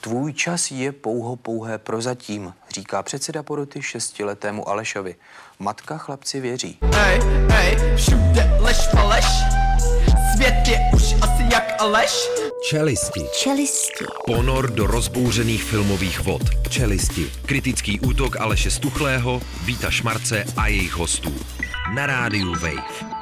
Tvůj čas je pouhé prozatím, říká předseda poroty 6letému Alešovi. Matka chlapci věří. Všude lež faleš, svět je už asi jak Aleš. Čelisti. Ponor do rozbouřených filmových vod. Čelisti. Kritický útok Aleše Stuchlého, Víta Šmarce a jejich hostů. Na rádiu Wave.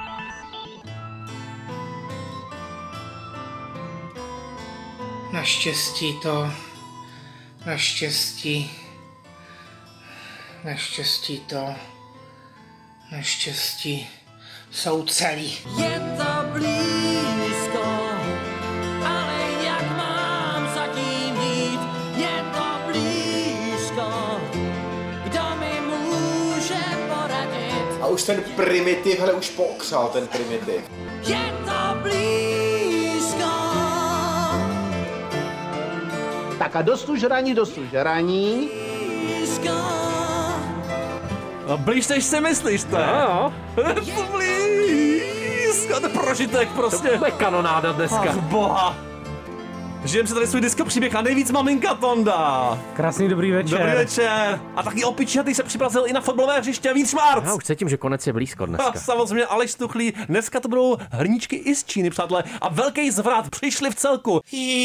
Naštěstí jsou celý. Je to blízko, ale jak mám zatím jít? Je to blízko, kdo mi může poradit? A už ten primitiv, hele, už pookřál ten primitiv. Je to blízko. Tak a dostu žraní. Blíž než si myslíš, to je? No. Blízko, to je prožitek prostě. To je kanonáda dneska. Ach boha. Žijem si tady svůj disco příběh a nejvíc maminka Tonda. Krásný dobrý večer. Dobrý večer. A taky opičatý se připravil i na fotbalové hřiště Vít Šmarc. Já už cítím, že konec je blízko dneska. A samozřejmě Aleš Stuchlý. Dneska to budou hrníčky i z Číny, přátelé. A velký zvrat přišli v celku.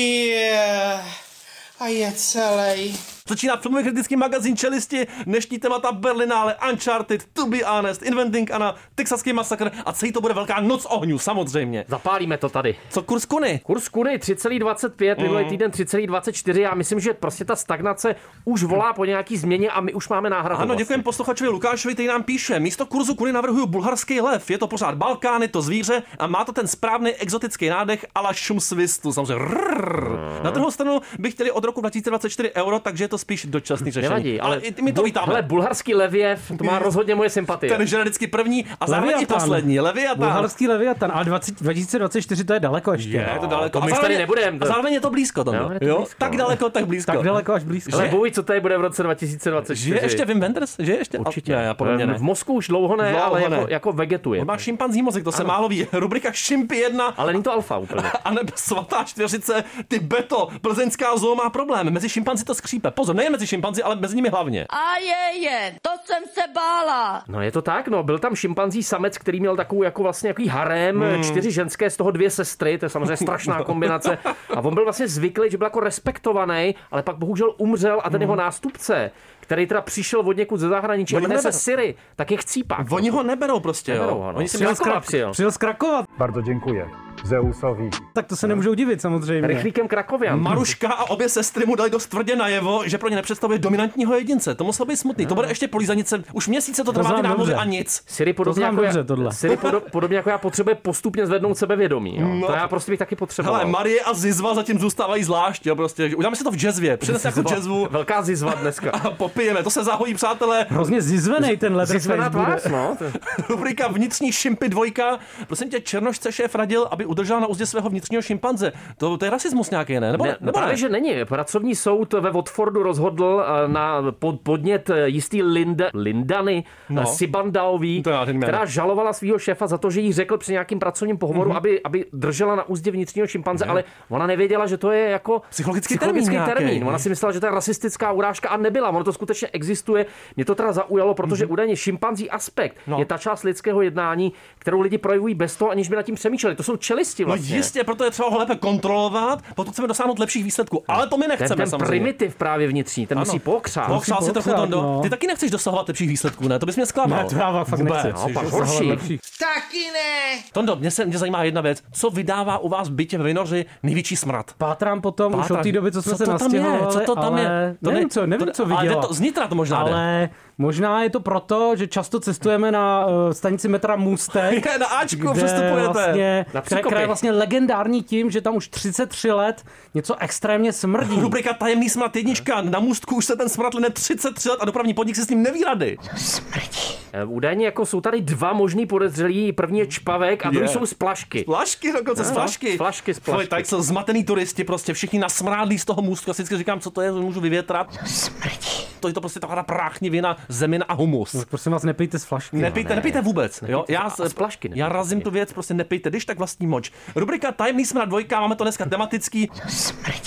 A je celý. Začíná filmový kritický magazín Čelisti, dnešní témata Berlinále, Uncharted, To Be Honest, Inventing Anna, Texaský masakr a celý to bude velká noc ohňů, samozřejmě. Zapálíme to tady. Co kurz kuny? Kurz kuny 3,25, minulý týden 3,24. Já myslím, že prostě ta stagnace už volá po nějaký změně a my už máme náhradu. Ano, vlastně. děkujeme posluchačovi Lukášovi, který nám píše. Místo kurzu kuny navrhuju bulharský lev. Je to pořád Balkán, je to zvíře a má to ten správný exotický nádech a la šum svistu. Samozřejmě. Na druhou stranu bych chtěli od roku 2024 euro, takže je to spíš dočasný řešení. Nevadí, ale i my to vítáme. Ale bulharský levěv, to má rozhodně moje sympatie. Ten žere vždycky první a zároveň i poslední. Leviatan. Bulharský Leviatan, ale 2024 to je daleko ještě. Je to daleko. To my tady nebudeme. A zároveň je to blízko tam. Jo? Tak daleko, tak blízko. Tak daleko až blízko. Ale bůj, co tady bude v roce 2024. Žije ještě Wim Wenders? Žije ještě? Určitě. Já podle mě ne. V mozku už dlouho ne, ale jako vegetuje. On má šimpanzí mozek, to se málo ví. Rubrika Šimpy 1. Ale není to alfa úplně. A nebe svatá čtveřice, ty beto, plzeňská zoo má problém. Mezi šimpanzi to skřípe. Pozor, nejen mezi šimpanzi, ale mezi nimi hlavně. A to jsem se bála. No je to tak, no, byl tam šimpanzí samec, který měl takovou jako vlastně jaký harém, 4 ženské, z toho 2 sestry, to je samozřejmě strašná kombinace. A on byl vlastně zvyklý, že byl jako respektovaný, ale pak bohužel umřel a ten jeho nástupce, který teda přišel od někud ze zahraničí a jmenuje se Siri, tak je chcípák. Oni ho neberou prostě, jo. Oni si přijel z Krakova. Bardzo dziękuję. Zeusowi. Tak to se nemůžou divit samozřejmě. Rychlíkem Krakovian. Maruška a obě sestry mu dali dost tvrdě najevo, že pro ně nepředstavuje dominantního jedince. To muselo být smutný. To bude ještě polízanice. Už měsíce to trvá ty námluvy a nic. Siri podobně jako já potřebuje postupně zvednout sebevědomí. Jo. No. To já prostě bych taky potřeboval. Hele, Marie a Zizva zatím zůstávají zvlášť, jo, prostě. Uděláme si to v jazzvě. Přines jako jazzu. Velká Zizva dneska. A popijeme, to se zahojí, přátelé. Hrozně zizvenej ten Zizvená tvář, no. Rubrika Vnitřní šimpy 2. Prosím tě, Černošce šéf radil, aby udržel na úzdě svého vnitřního šimpanze. To je rasismus nějaký, ne? Nebo právě, že není. Pracovní soud ve Watfordu rozhodl na podnět jistý Lindany Sibandaový, která žalovala svého šéfa za to, že jí řekl při nějakým pracovním pohovoru, aby držela na úzdě vnitřního šimpanze, ale ona nevěděla, že to je jako psychologický termín. Ona si myslela, že to je rasistická urážka a nebyla. Ono to skutečně existuje. Mě to teda zaujalo, protože údajně šimpanzí aspekt je ta část lidského jednání, kterou lidi projevují bez toho, aniž by nad tím přemýšleli. To jsou čelisti vlastně. No jistě, proto je třeba ho lépe kontrolovat, pokud chceme dosáhnout lepších výsledků. Ale to my nechceme ten samozřejmě. Primitiv právě vnitřní, ten musí pokřát. Pokřál si trochu Tondo. Ty taky nechceš dosahovat lepších výsledků, ne? To bys mě zklamal. Ne, to já fakt nechci. Taky ne. Tondo, mě zajímá jedna věc. Co vydává u vás v bytě ve Vinoři největší smrad? Pátrám potom už od té doby, co jsme se nastěhovali. Co to tam je? Nevím, co viděla. Ale z Nitra to možná jde. Ale možná je to proto, že často cestujeme na stanici metra Můstek. Na Ačku přestupujete. Vlastně, která je vlastně legendární tím, že tam už 33 let něco extrémně smrdí. Rubrika Tajemný smrad 1. Na Můstku už se ten smrad line 33 let a dopravní podnik si s tím neví rady. Údajně jako jsou tady 2 možný podezřelí. První je čpavek a druhý jsou z Plašky. Plašky, dokonce z Plašky. Plašky. Tak jsou zmatený turisti, prostě všichni nasmrádlí z toho Můstku. Já si vždycky říkám, co to je, můžu vyvětrat. To je to prostě taková práchnivina, zemina a humus. No, prosím vás, nepijte z flašky. Nepijte vůbec. Jo? Z Plašky. Já razím tu věc, prostě nepijte, když tak vlastní moč. Rubrika Tajemný smrad 2, máme to dneska tematický.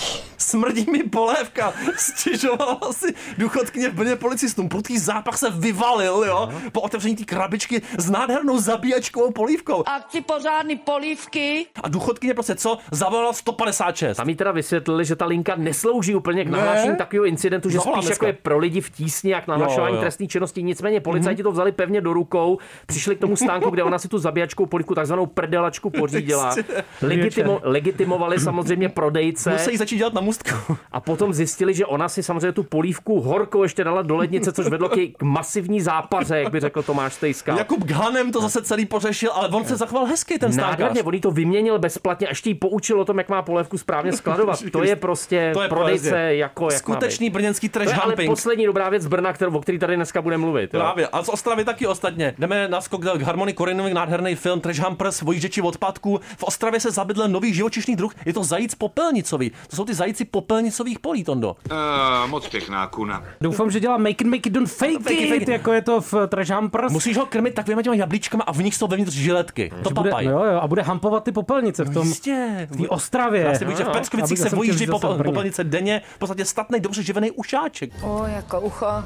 smrdí mi polévka. Stěžovala si důchodkyně v Brně policistům. Prudký zápach se vyvalil, jo, po otevření té krabičky s nádhernou zabíjačkovou polívkou. A chci pořádný polívky. A důchodkyně prostě co? Zavolala 156. Tam jí teda vysvětlili, že ta linka neslouží úplně k nahlášení takového incidentu, že spíš jako je pro lidi v tísni, jak nahlašování trestné činnosti. Nicméně policajti to vzali pevně do rukou, přišli k tomu stánku, kde ona si tu zabíjačkovou polívku, takzvanou prdelačku pořídila. Legitimovali samozřejmě prodejce. Musí začít dělat na můstku. A potom zjistili, že ona si samozřejmě tu polívku horkou ještě dala do lednice, což vedlo k masivní zápaře, jak by řekl Tomáš Stejskal. Jakub Ghanem to zase celý pořešil, ale on se zachoval hezky, ten stánkař. Nádherně, on jí to vyměnil bezplatně, až jí poučil o tom, jak má polévku správně skladovat. To je prostě prodejce jako skutečný brněnský trash humping. Ale poslední dobrá věc z Brna, o který tady dneska budeme mluvit. Právě. A z Ostravy taky ostatně. Jdeme na skok k Harmonii Korinovi, nádherný film Trash Humpers, vojížděči odpadků. V Ostravě se zabydl nový živočišný druh, je to zajíc popelnicový. To jsou ty zajíci popelnicových polí, Tondo. Moc pěkná kuna. Doufám, že dělá make it, don't fake it, jako je to v Trash Humpers. Musíš ho krmit takovýma těma jablíčkama a v nich jsou vevnitř žiletky. To papaj. Jo, a bude hampovat ty popelnice v tom. V té Ostravě. Vlastně víš, že v Peckovicích se vojíždí popelnice denně, v podstatě statnej, dobře živený ušáček. Jako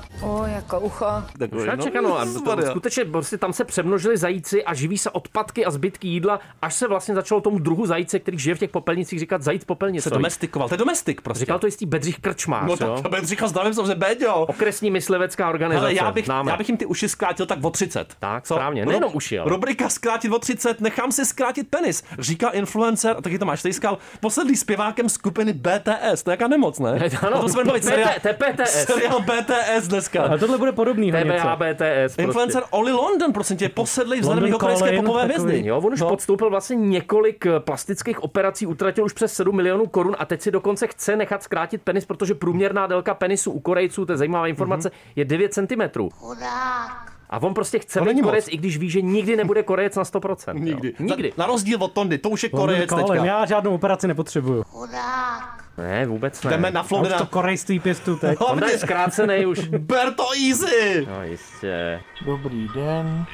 ucho. Ušáček, ano. Skutečně prostě tam se přemnožili zajíci a živí se odpadky a zbytky jídla, až se vlastně začalo tomu druhu zajíce, který žije v těch popelnicích, říkat zajíc popelnicový. Se domestikoval. To je domestik prostě. Říkal to jistý Bedřich Krčmář. No tak Bedřicha zdravím samozřejmě, Béďo. Okresní myslivecká organizace. Ale já bych jim ty uši zkrátil tak o 30. Tak, správně. Nejenom uši, ale. Rubrika zkrátit o 30, nechám si zkrátit penis. Říká influencer, a taky Tomáš Stejskal, poslední zpěvákem skupiny BTS. To je jaká nemoc, ne? Ano, to se bavit seriál BTS dneska. A tohle bude podobný. TBA BTS. Influencer Oli London, prosím tě, posedlý vzhledem jeho korejské popové hvězdy. Jo, on už podstoupil vlastně několik plastických operací, utratil už přes 7 milionů korun a teď si dokonce chce nechat zkrátit penis, protože průměrná délka penisu u Korejců, to je zajímavá informace, je 9 cm. A on prostě chce být Korejec, i když ví, že nikdy nebude Korejec na 100%. Nikdy. Na rozdíl od Tondy, to už je Korejec teďka. Já žádnou operaci nepotřebuju. Ne, vůbec ne. Jdeme na Florida. To korejství pěstu teď. On je zkrácený už. Ber to easy. No jistě. Dobrý den.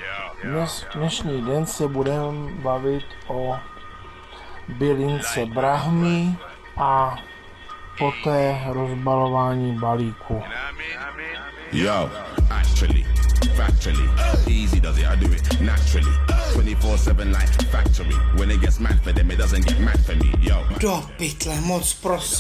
Dnešní den se budeme bavit o bylince brahmy a poté rozbalování balíku. Yo, actually, factually, easy does it, I do it naturally. 24/7 like factory. When it gets mad for them, it doesn't get mad for me, yo. Do pytle, moc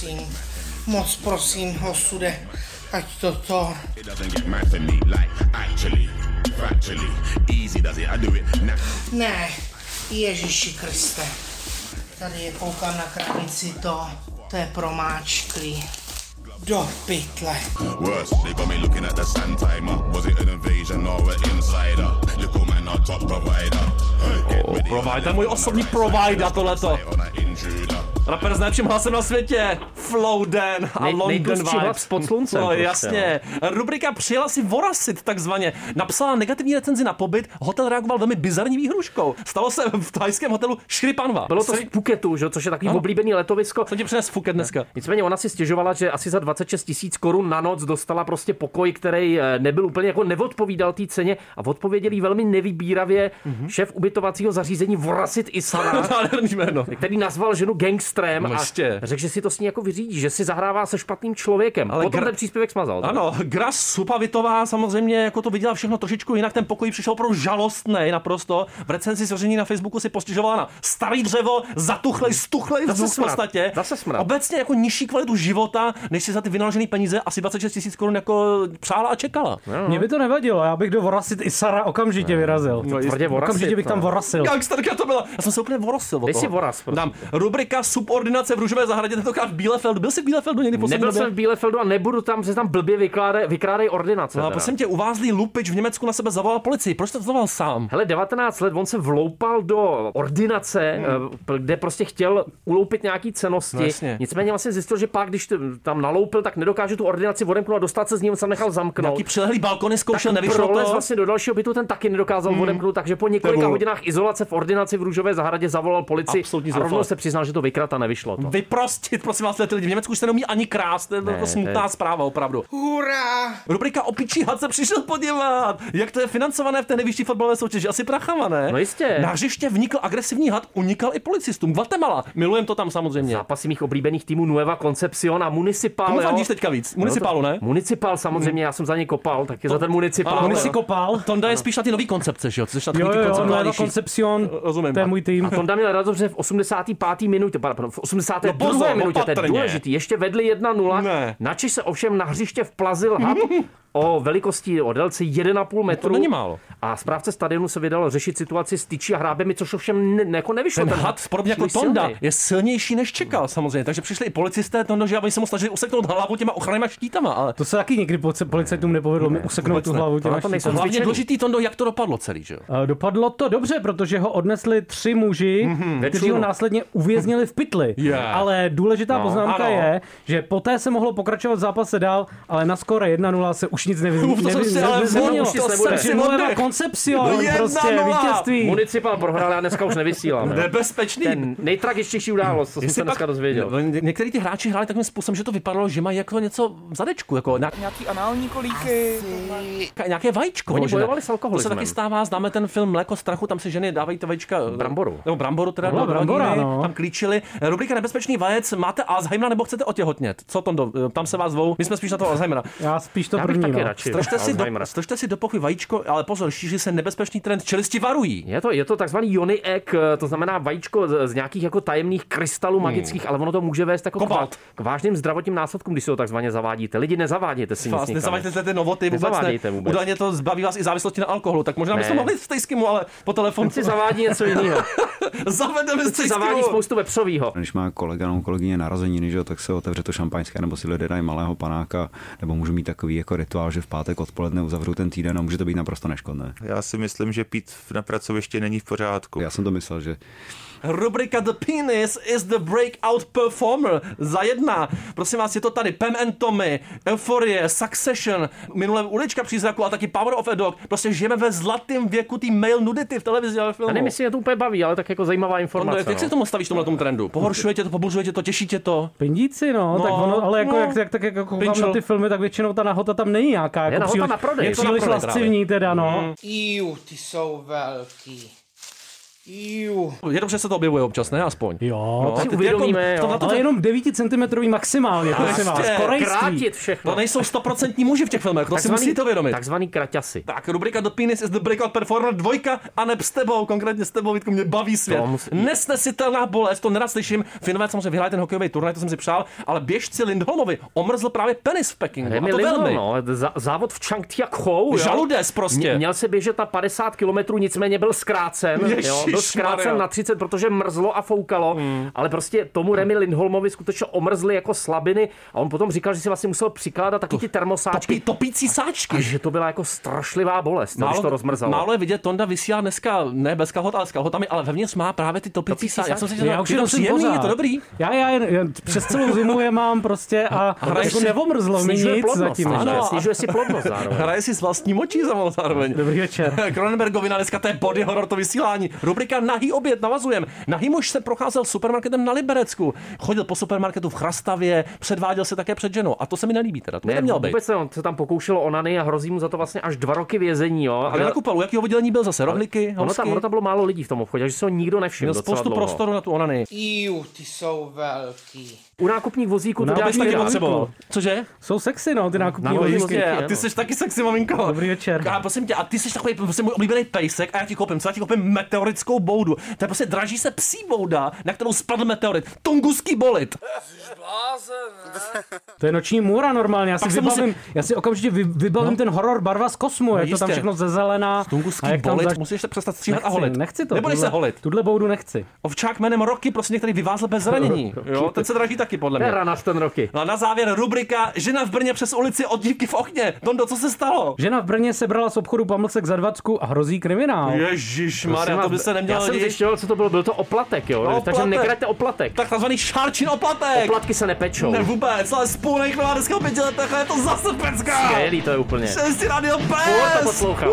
prosím, osude, ať to. It doesn't get mad for me like actually, factually, easy does it, I do it naturally. Ne, Ježíši Kriste, tady je, koukám na krabici, to je promáčklý. Do pytle. Worse, they got me looking at the sand timer. Was it an invasion or an insider? Little man, our top provider. Provider, můj osobní provider tohleto. Rapper s nejlepším hlasem na světě. Flowden a London Vibes. Pod sluncem. No jasně. Rubrika Přijela si vorasit takzvaně. Napsala negativní recenzi na pobyt, hotel reagoval velmi bizarní výhruškou. Stalo se v thajském hotelu Shri Panva. Bylo to v Phuketu, že? Což je takový oblíbený letovisko. Co ti přines Phuket dneska? Nicméně ona si stěžovala, že asi za 26 000 korun na noc dostala prostě pokoj, který nebyl úplně jako neodpovídal té ceně a odpověděl jí velmi nevybíravě šéf ubytovacího zařízení Vorasit Isara, který nazval ženu gangstrem a řekl, že si to s ní jako vyřídí, že si zahrává se špatným člověkem. Ale potom ten příspěvek smazal. Ano, Gras Supavitová samozřejmě jako to viděla všechno trošičku jinak, ten pokoj přišel opravdu žalostný naprosto. V recenzi zveřejnění na Facebooku si postěžovala na starý dřevo, zatuchlej, stuchlej vzduch v podstatě. Obecně jako nižší kvalitu života, než si za ty vynaložené peníze asi 26 000 korun jako přála a čekala. Mně by to nevadilo, já bych do Vorasit Isara okamžitě vyrazil. Okamžitě bych tam vorasil. Gangsterka to byla. Já jsem se úplně vorasil. Ty jsi voraz. Dám rubrika Subordinace v Růžové zahradě, tentokrát v Bielefeldu. Byl jsi v Bielefeldu někdy poslední době? Nebyl jsem v Bielefeldu a nebudu tam, protože tam blbě vykrádají ordinace. No a prosím tě, uvázlý lupič v Německu na sebe zavolal policii. Proč to zavolal sám? Hele, 19 let, on se vloupal do ordinace, kde prostě chtěl uloupit nějaký cennosti. No, nicméně vlastně zjistil, že pak, když tam naloupil, tak nedokáže tu ordinaci odemknout a dostat se z ní, on se nechal zamknout. Nějaký přilehlý balkony zkoušel, nevyšlo to. Vlastně do dalšího bytu ten taky nedokázal odemknout, takže po několika hodinách izolace v ordinaci v Růžové zahradě zavolal policii a rovnou se přiznal, že to vykradl a nevyšlo to. Vyprostit, prosím vás, ty lidi. V Německu už se neumí ani krást, to je jako smutná zpráva, opravdu. Hurá! Rubrika Opičí had se přišel podívat. Jak to je financované v té nejvyšší fotbalové soutěži? Asi prachama, ne? No jistě. Na hřiště vnikl agresivní had, unikal i policistům. Guatemala. Milujem to tam samozřejmě. Zápasy mých oblíbených týmů Nueva Concepción a Municipal. Komu fandíš teďka víc? Municipalu, ne? Municipal samozřejmě, já jsem za ně kopal, taky za ten Municipal. Municipal. Tonda je spíš na ty nový koncepce, že jo? Nueva Concepción. Rozumím. To je můj tým. A Tonda měl radost, že v 85. minutě, v 82. minutě, to je důležitý, ještě vedli 1-0, načež se ovšem na hřiště vplazil had o velikosti, o délce 1,5 metru. To není málo. A správce stadionu se vydal řešit situaci s tyčí a hrábemi, což ovšem jako nevyšlo. Ten had, podobně jako Tonda, je silnější než čekal samozřejmě, takže přišli i policisté Tondo, že aby se mu snažili useknout hlavu těma ochrannýma štítama, ale to se taky nikdy policajtům nepovedlo mi useknout tu hlavu těma štítama. Hlavně důležitý Tondo, jak to dopadlo celý, že jo? Dopadlo to dobře, protože ho odnesli 3 muži, kteří ho následně uvěznili v pytli. Ale důležitá poznámka je, že poté se mohlo pokračovat v zápase dál, ale na skóre 1-0 se už nic nezměnilo. Nueva Concepción, prostě vítězství. Municipal prohrál, já dneska už nevysílám. Nebezpečný. Ten nejtragičnější událost, co jsem se dneska dozvěděl. Někteří ty hráči hráli takovým způsobem, že to vypadalo, že mají jako něco v zadečku, jako nějaký anální kolíky, nějaké vajíčko. Oni bojovali s alkoholismem. To se taky stává, známe ten film Mléko strachu, tam si ženy dávají to vajíčka bramboru. Nebo bramboru teda do brambora, tam klíčili. Rubrika Nebezpečný vajec, máte Alzheimera nebo chcete otěhotnět? Co tam se vás zvou? My jsme spíš na to Alzheimera. Já spíš to první. Stržte si do pochy vajíčko, ale pozor, šíří se nebezpečný trend, čelisti varují. Je to takzvaný Johnny Egg, to znamená vajíčko z nějakých jako tajemných krystalů magických, ale ono to může vést jako k vážným zdravotním následkům, když si ho takzvaně zavádíte. Lidi, nezavádějte si nic. Nezavádějte ty novoty vůbec. Údajně to zbaví vás i závislosti na alkoholu, tak možná byste mohli z Skimu, ale po telefonu. Si zavádí něco jiného. Zavedeme z Skimu. Zavádí spoustu vepřovýho. Když má kolega nebo kolegyně narozeniny, že, tak se otevře to šampaňské, nebo si lidé dají malého panáka, nebo můžu mít takový jako rituál, že v pátek odpoledne uzavřu ten týden a může to být naprosto neškodné. Já si myslím, že pít na pracovišti není v pořádku. Já jsem to myslel, že Rubrika The Penis is the breakout performer. Za 1. Prosím vás, je to tady Pam and Tommy, Euphorie, Succession, minulé Ulička přízraku a taky Power of a Dog. Prostě žijeme ve zlatém věku té male nudity v televizi a filmu. A nevím, jestli je to úplně baví, ale tak jako zajímavá informace. Jak se tomu stavíš tomhle trendu? Pohoršuje tě to, pobuřuje tě to, těší tě to? Pindíci, tak ono, ale jak koukám na ty filmy, tak většinou ta nahota tam není nějaká. Je nahota na prodej. Je příliš lascivní teda, no. Ty jsou velký. Je dobře, se to objevuje občas, ne? Aspoň. Jo, to si uvědomíme, ale jenom 9 cm maximálně, prosím vás. Krátit všechno. To nejsou 100% muži v těch filmech, to si musíte uvědomit. Takzvaný kraťasy. Tak, rubrika The Penis is the breakout performer 2 a neb s tebou, konkrétně s tebou, Vítku, mě baví svět. Nesnesitelná bolest, to nerad slyším. Finové samozřejmě vyhráli ten hokejový turnaj, to jsem si přál, ale běžci Lindholmovi omrzl právě penis v Pekingu. A to velmi. Závod v Changtiakou. Žaludes prostě. Měl se běžet na 50 km, nicméně byl zkrácen. Zkrácen na 30, protože mrzlo a foukalo, ale prostě tomu Remi Lindholmovi skutečně omrzly jako slabiny a on potom říkal, že si vlastně musel přikládat taky ty termosáčky. Topící sáčky. A že to byla jako strašlivá bolest, když to rozmrzalo. Málo je vidět, Tonda vysílá dneska ne bez kalhot, ale s kalhotami, ale vevnitř má právě ty topící sáčky. Já jsem si říkal, že to příjemný, je to dobrý. Já přes celou zimu je mám prostě a jako nevomrzlo mi nic zatím. Snižuje si plodnost zároveň. Hraje si s vlastní močí zároveň. Dobrý večer. Cronenbergovina dneska to je body horror, to vysílání. Rubrika Nahý oběd, navazujem. Nahý muž se procházel supermarketem na Liberecku. Chodil po supermarketu v Chrastavě, předváděl se také před ženou. A to se mi nelíbí teda. To by neměl být. Vůbec se tam pokoušelo onany a hrozí mu za to vlastně až 2 roky vězení, jo. Ale nakupal, u jakého oddělení byl zase? Rohlíky, housky? Ono tam bylo málo lidí v tom obchodě, že se ho nikdo nevšiml. Měl spoustu prostoru na tu onany. Ty jsou velký. U nákupních vozíků to děláš taky potřeboval. Cože? Jsou sexy, ty nákupní vozíky. A ty jsi taky sexy, maminko. Dobrý večer. A prosím tě, a ty jsi takový můj oblíbený pejsek a já ti koupím. Co já ti koupím? Meteorickou boudu. To je prostě draží se psí bouda, na kterou spadl meteorit. Tunguský bolit. To je noční můra normálně. Já si okamžitě vybavím ten horor Barva z kosmu, jak to tam všechno zezelená. Tunguský bolit. Musíš se přestat stříhat a holit. Nechci to. Nebudeš se holit. Tuhle boudu nechci. Ovčák jménem Rocky prostě některý vyvázl bez zranění. Jo, ten se draží taky podle mě. Ranař ten Rocky. No a na závěr rubrika Žena v Brně přes ulici od dívky v okně. Tondo, co se stalo? Žena v Brně sebrala z obchodu pamlsek za 20 a hrozí kriminál. Ježišmarja, to by se nemělo. Já jsem zjišťoval, co to bylo. Byl to oplatek, jo. No, takže nekraťte oplatek. Tak takzvaný šárčin oplatek. Oplatky se nepečou. Ne vůbec, ale spolu nejchvělá dneska o 5 letech a je to zase pecka. Skvělý to je úplně. Šestý Radio Pes. Furt to poslouchám.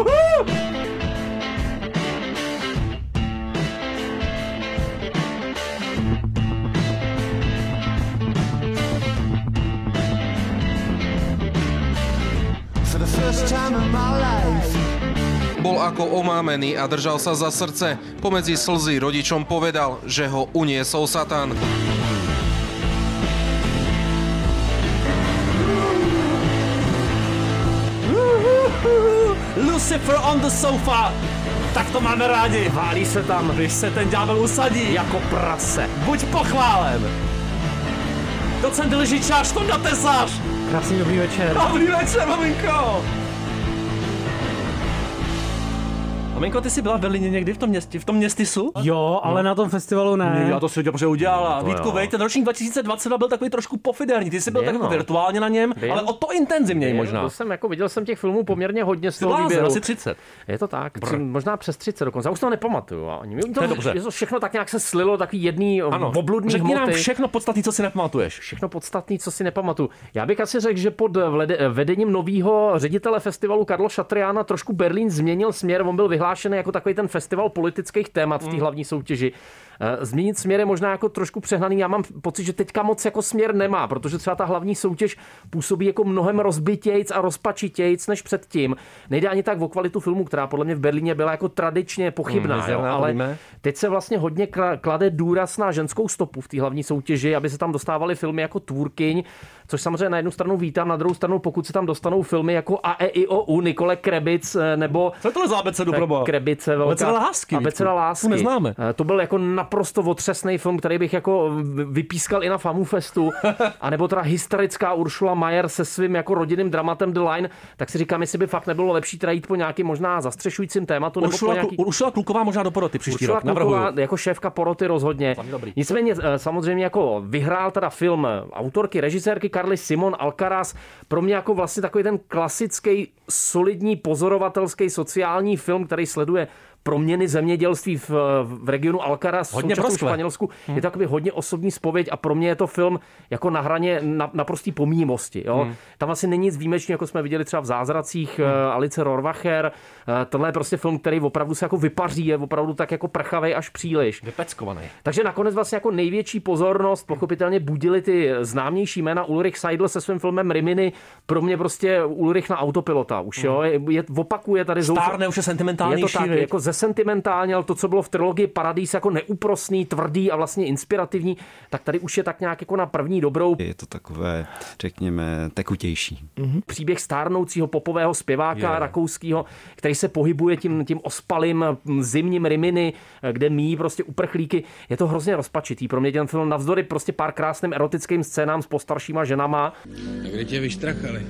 Bol ako omámený a držal sa za srdce. Pomedzi slzy rodičom povedal, že ho uniesol Satan. Lucifer on the sofa. Tak to máme rádi. Válí se tam, když se ten ďábel usadí. Jako prase. Buď pochválen. Docent Lžičář, Tonda Tesař. Krásný dobrý večer. Dobrý večer, maminko. Maminko, ty jsi byla v Berlíně někdy v tom městysu? Jo, ale na tom festivalu ne. Já to si dobře udělala. Vítku, vej, ten ročník 2022 byl takový trošku pofiderní. Ty jsi byl tak virtuálně na něm, ale o to intenzivněji možná. Viděl jsem těch filmů poměrně hodně z toho výběru. Asi 30. Je to tak, možná přes 30 dokonce. Já už to nepamatuju. To je dobře. To všechno tak nějak se slilo, taky jedný obludný hmoty. Řekni nám všechno podstatný, co si nepamatuješ. Všechno podstatný, co si nepamatuju. Já bych asi řekl, že pod vedením nového ředitele festivalu Karla Šatriána trošku Berlín změnil směr. On byl vyhlášený jako takový ten festival politických témat v té hlavní soutěži. Změnit směr je možná jako trošku přehnaný. Já mám pocit, že teďka moc jako směr nemá, protože třeba ta hlavní soutěž působí jako mnohem rozbitějc a rozpačitějc než předtím. Nejde ani tak o kvalitu filmu, která podle mě v Berlíně byla jako tradičně pochybná, ale teď se vlastně hodně klade důraz na ženskou stopu v té hlavní soutěži, aby se tam dostávaly filmy jako Tvůrkyň, což samozřejmě na jednu stranu vítám, na druhou stranu pokud se tam dostanou filmy jako A.E.I.O.U. Nikole Krebic nebo co to je za abecedu proba? Krebice velká. Abeceda lásky. Neznáme. To byl jako naprosto otřesný film, který bych jako vypískal i na FamuFestu. A nebo teda hysterická Ursula Mayer se svým jako rodinným dramatem The Line, tak si říkám, jestli by fakt nebylo lepší teda jít po nějakým možná zastřešujícím tématu. Ursula Kluková možná do poroty příští rok. Kluková jako šéfka poroty rozhodně. Nicméně samozřejmě jako vyhrál teda film autorky, režisérky Carly Simon Alcaraz. Pro mě jako vlastně takový ten klasický, solidní, pozorovatelský sociální film, který sleduje proměny zemědělství v regionu Alcaraz v současném Španělsku. Je to takový hodně osobní zpověď a pro mě je to film jako na hraně naprostý pomíjivosti. Jo? Tam asi není nic výjimečného, jako jsme viděli třeba v Zázracích Alice Rohrwacher. Tohle je prostě film, který opravdu se jako vypaří, je opravdu tak jako prchavej až příliš. Vypeckovaný. Takže nakonec vlastně jako největší pozornost pochopitelně budili ty známější jména. Ulrich Seidl se svým filmem Rimini. Pro mě prostě Ulrich na autopilota už, jo? Opakuje tady stárne, už je sentimentálnější. Je to tak, jako sentimentálně, ale to, co bylo v trilogii Paradise jako neúprosný, tvrdý a vlastně inspirativní, tak tady už je tak nějak jako na první dobrou. Je to takové, řekněme, tekutější. Příběh stárnoucího popového zpěváka rakouského, který se pohybuje tím ospalým zimním Rimini, kde míjí prostě uprchlíky. Je to hrozně rozpačitý. Pro mě ten film navzdory prostě pár krásným erotickým scénám s postaršíma ženama. A kde tě vyštrachali?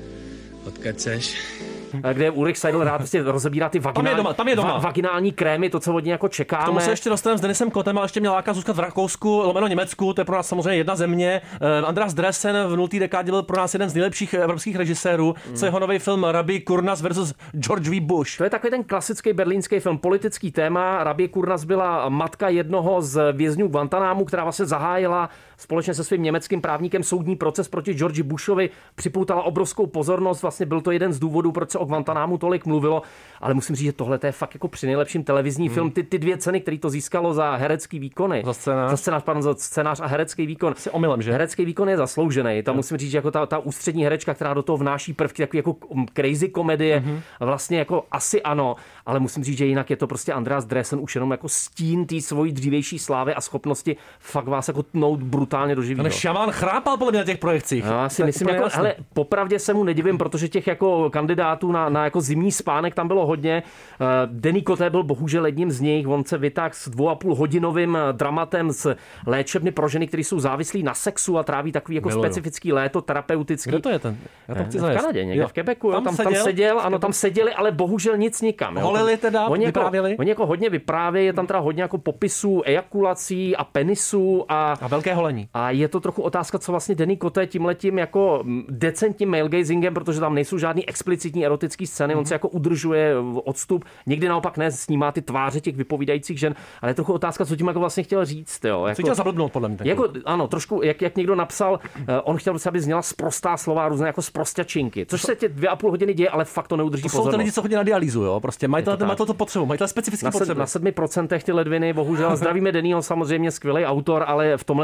Odkud seš? Kde Ulrich Seidl rád prostě rozebírá ty vaginální krémy, to, co od něj jako čekáme. K tomu se ještě dostaneme s Denisem Kotem, ale ještě mě láká zůstat v Rakousku, lomeno Německu, to je pro nás samozřejmě jedna země. Andreas Dresen v 0. dekádě byl pro nás jeden z nejlepších evropských režisérů. Co jeho nový film Rabbi Kurnas versus George W. Bush. To je takový ten klasický berlínský film, politický téma. Rabbi Kurnas byla matka jednoho z vězňů Guantanámu, která vlastně zahájila společně se svým německým právníkem soudní proces proti George Bushovi, připoutala obrovskou pozornost, vlastně byl to jeden z důvodů, proč se o Guantanámu tolik mluvilo, ale musím říct, že tohle je fakt jako při nejlepším televizní film. Ty dvě ceny, které to získalo za herecký výkony. Za scénář a herecký výkon. Si omylem, že? Herecký výkon je zasloužený. Tam musím říct, že jako ta ústřední herečka, která do toho vnáší prvky takový jako crazy komedie, vlastně jako asi ano, ale musím říct, že jinak je to prostě Andreas Dresen už jenom jako stín té svojí dřívější slávy a schopnosti fakt vás jako tnout brutálně do živýho. Ale šamán chrápal podle mě na těch projekcích. Já si myslím, jako, ale popravdě se mu nedivím, protože těch jako kandidátů na jako zimní spánek tam bylo hodně. Denis Coté byl bohužel jedním z nich. On se vytáhl s 2,5hodinovým dramatem z léčebny pro ženy, které jsou závislí na sexu a tráví takový jako specifický léto terapeutický. Kde to je ten? Já to chci v Kanadě, někde v Quebecu. Tam seděl, ale bohužel nic nikam. Holili teda, vyprávěli? Oni jako hodně vyprávějí, je tam teda hodně jako popisů ejakulací a penisů a velké holení. A je to trochu otázka, co vlastně Denis Coté tímhletím jako decentním mailgazingem, protože tam nejsou žádný explicitní erotický scény, on se jako udržuje odstup, někdy naopak ne, snímá ty tváře těch vypovídajících žen, ale je trochu otázka, co tím jako vlastně chtěl říct, jo. Co chtěl zablbnout podle mě. Jako, ano, trošku, jak někdo napsal, on chtěl, aby zněla sprostá slova, různé jako sprosťačinky, což se tě 2,5 hodiny děje, ale fakt to neudrží pozornost. To jsou ty lidi, co chodí na dialýzu, jo, prostě mají to potřebu, mají to specifické potřeby. Na 7% ty ledviny, bohužel zdravíme Denisho, samozřejmě skvělý autor, ale v tomhletom filmu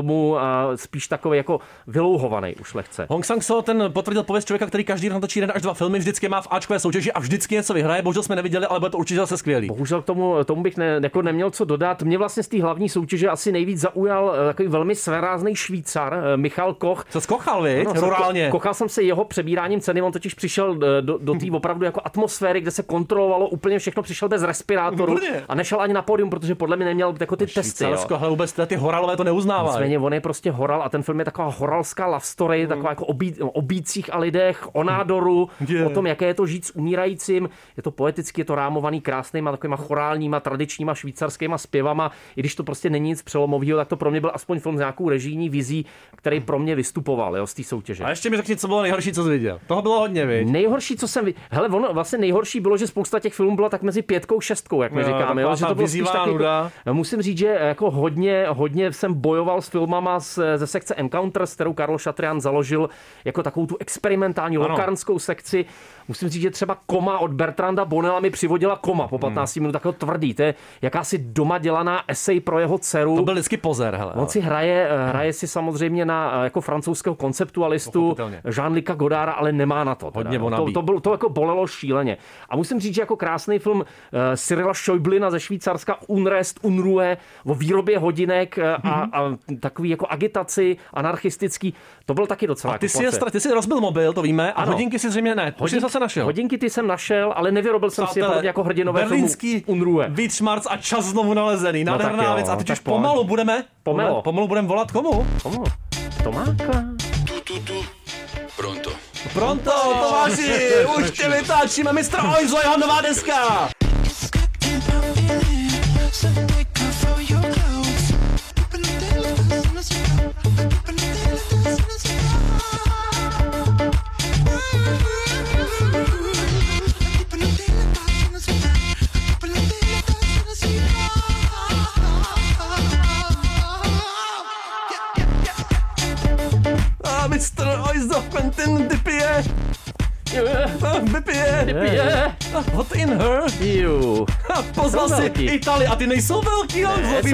filmu spíš takový jako vylouhovaný už lehce. Hong Sang-soo ten potvrdil pověst člověka, který každý rok natočí 1 až 2 filmy, vždycky má v Ačkové soutěži a vždycky něco vyhraje. Bohužel jsme neviděli, ale bude to určitě zase skvělý. Bohužel k tomu bych neměl co dodat. Mě vlastně z té hlavní soutěže asi nejvíc zaujal takový velmi svérázný Švýcar, Michal Koch. Co skochal, viď? Rurálně. Kochal jsem se jeho přebíráním ceny, on totiž přišel do té opravdu jako atmosféry, kde se kontrolovalo úplně všechno, přišel bez respirátoru a nešel ani na pódium, protože podle mě neměl jako ty testy. Ale vůbec ty horalové to neuznávají. Nicméně on je prostě horal a ten film je taková horalská love story, taková jako o bících a lidech, o nádoru, o tom, jaké je to žít s umírajícím. Je to poeticky, je to rámovaný krásnýma takovýma chorálníma, tradičníma švýcarskýma zpěvama. I když to prostě není nic přelomového, tak to pro mě byl aspoň film s nějakou režijní vizí, který pro mě vystupoval, z té soutěže. A ještě mi řekni, co bylo nejhorší, co jsi viděl. Toho bylo hodně, viď? Nejhorší, co jsem viděl. Hele, ono vlastně nejhorší bylo, že spousta těch filmů byla tak mezi 5 a 6, jak my říkáme, že to bylo spíš taky jako, musím říct, že jako hodně jsem bojoval s filmama ze sekce Encounters, kterou Karl Chatrian založil jako takovou tu experimentální lokarnskou sekci. Musím říct, že třeba Koma od Bertranda Bonnella mi přivodila Koma po 15 minut, takového tvrdý. To je jakási doma dělaná esej pro jeho dceru. To byl vždycky pozor, hele. On si hraje si samozřejmě na jako francouzského konceptualistu Jean-Luca Godarda, ale nemá na to. To jako bolelo šíleně. A musím říct, že jako krásný film Cyrila Schäublina ze Švýcarska Unruhe o výrobě hodinek a takový jako agitaci anarchistický. To byl taky docela. A ty si rozbil mobil, to víme, a hodinky si zřejmě ne. Našel. Hodinky ty jsem našel, ale nevyrobil jsem si je podobně jako hrdinové filmu Unruhe. Vícmarc a čas znovu nalezený. Nádherná věc. A teď už pomalu budeme volat komu? Tomáka. Pronto, Tomáši, už tě vytáčíme, mistr Ojzo, jeho nová deska. Mistr Ojzo, Quentin vypije. Hot in her. Pozval si Itali a ty nejsou velký, ty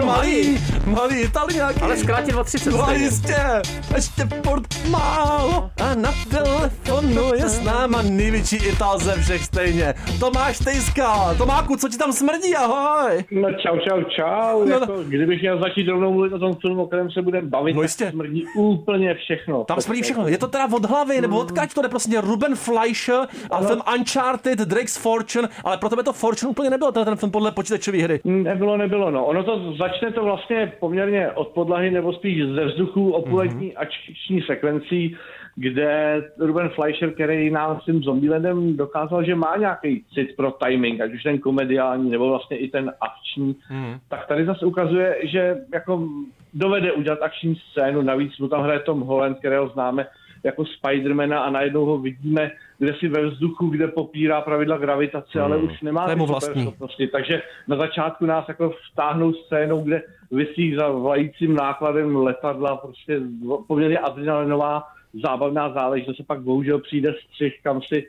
malý Italiáky. Ale zkrátit 2:30. No jistě, ještě port málo a na telefonu je s náma největší Ital ze všech stejně. Tomáš Tejska. Tomáku, co ti tam smrdí, ahoj. No čau. No, jako, kdybych měl začít rovnou mluvit o tom filmu, o kterém se budeme bavit, tak smrdí úplně všechno. Tam smrdí všechno. Je to teda od hlavy, nebo odkaď to jde prostě Ruben Fleischer a film Uncharted, Drake's Fortune, ale pro tebe to Fortune úplně nebylo, ten film podle počítačové hry. Nebylo, no. Ono to začne to vlastně poměrně od podlahy, nebo spíš ze vzduchu opulentní akční sekvencí, kde Ruben Fleischer, který nám s tím Zombielandem dokázal, že má nějaký cit pro timing, ať už ten komediální, nebo vlastně i ten akční, tak tady zase ukazuje, že jako dovede udělat akční scénu, navíc mu tam hraje Tom Holland, kterého známe jako Spidermana a najednou ho vidíme, kde si ve vzduchu, kde popírá pravidla gravitace, ale už nemá ty superschopnosti. Takže na začátku nás jako vtáhnou scénou, kde visí za vlajícím nákladem letadla, prostě poměrně adrenalinová zábavná záležitost, se pak bohužel přijde střih, kam si